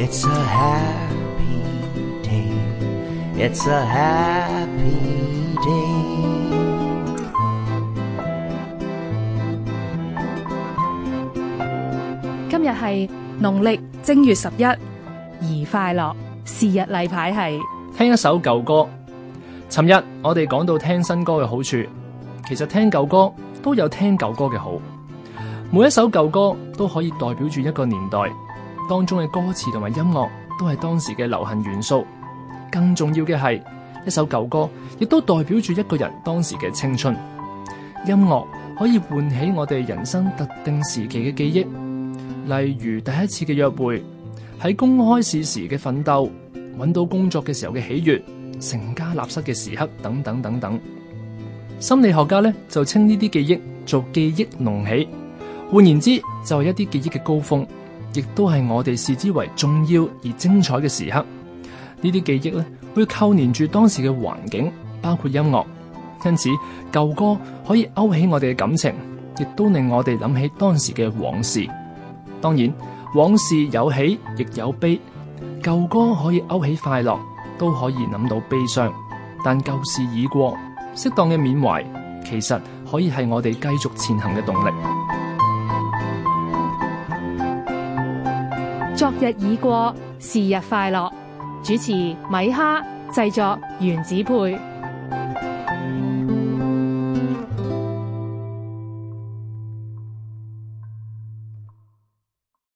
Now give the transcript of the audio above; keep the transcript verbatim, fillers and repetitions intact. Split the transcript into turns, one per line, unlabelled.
It's a happy day. It's a happy day.
今日係農曆正月十一，宜快樂。是日例牌係
聽一首舊歌。尋日我哋講到聽新歌嘅好處，其實聽舊歌都有聽舊歌嘅好。每一首舊歌都可以代表住一個年代，當中嘅歌詞同埋音樂都係當時嘅流行元素。更重要嘅係，一首舊歌亦都代表住一個人當時嘅青春。音樂可以喚起我哋人生特定時期嘅記憶，例如第一次嘅約會，喺公開試時嘅奮鬥，揾到工作嘅時候嘅喜悅，成家立室嘅時刻等等等等。心理學家咧就稱呢啲記憶做記憶濃起，換言之就係一啲記憶嘅高峰，亦都係我哋視之為重要而精彩嘅時刻。呢啲記憶咧會扣連住當時嘅環境，包括音樂，因此舊歌可以勾起我哋嘅感情，亦都令我哋諗起當時嘅往事。當然往事有喜亦有悲，舊歌可以勾起快樂，都可以諗到悲傷，但舊事已過，適當嘅緬懷其實可以係我哋繼續前行嘅動力。
昨日已過，是日快樂。主持米哈，製作原子配。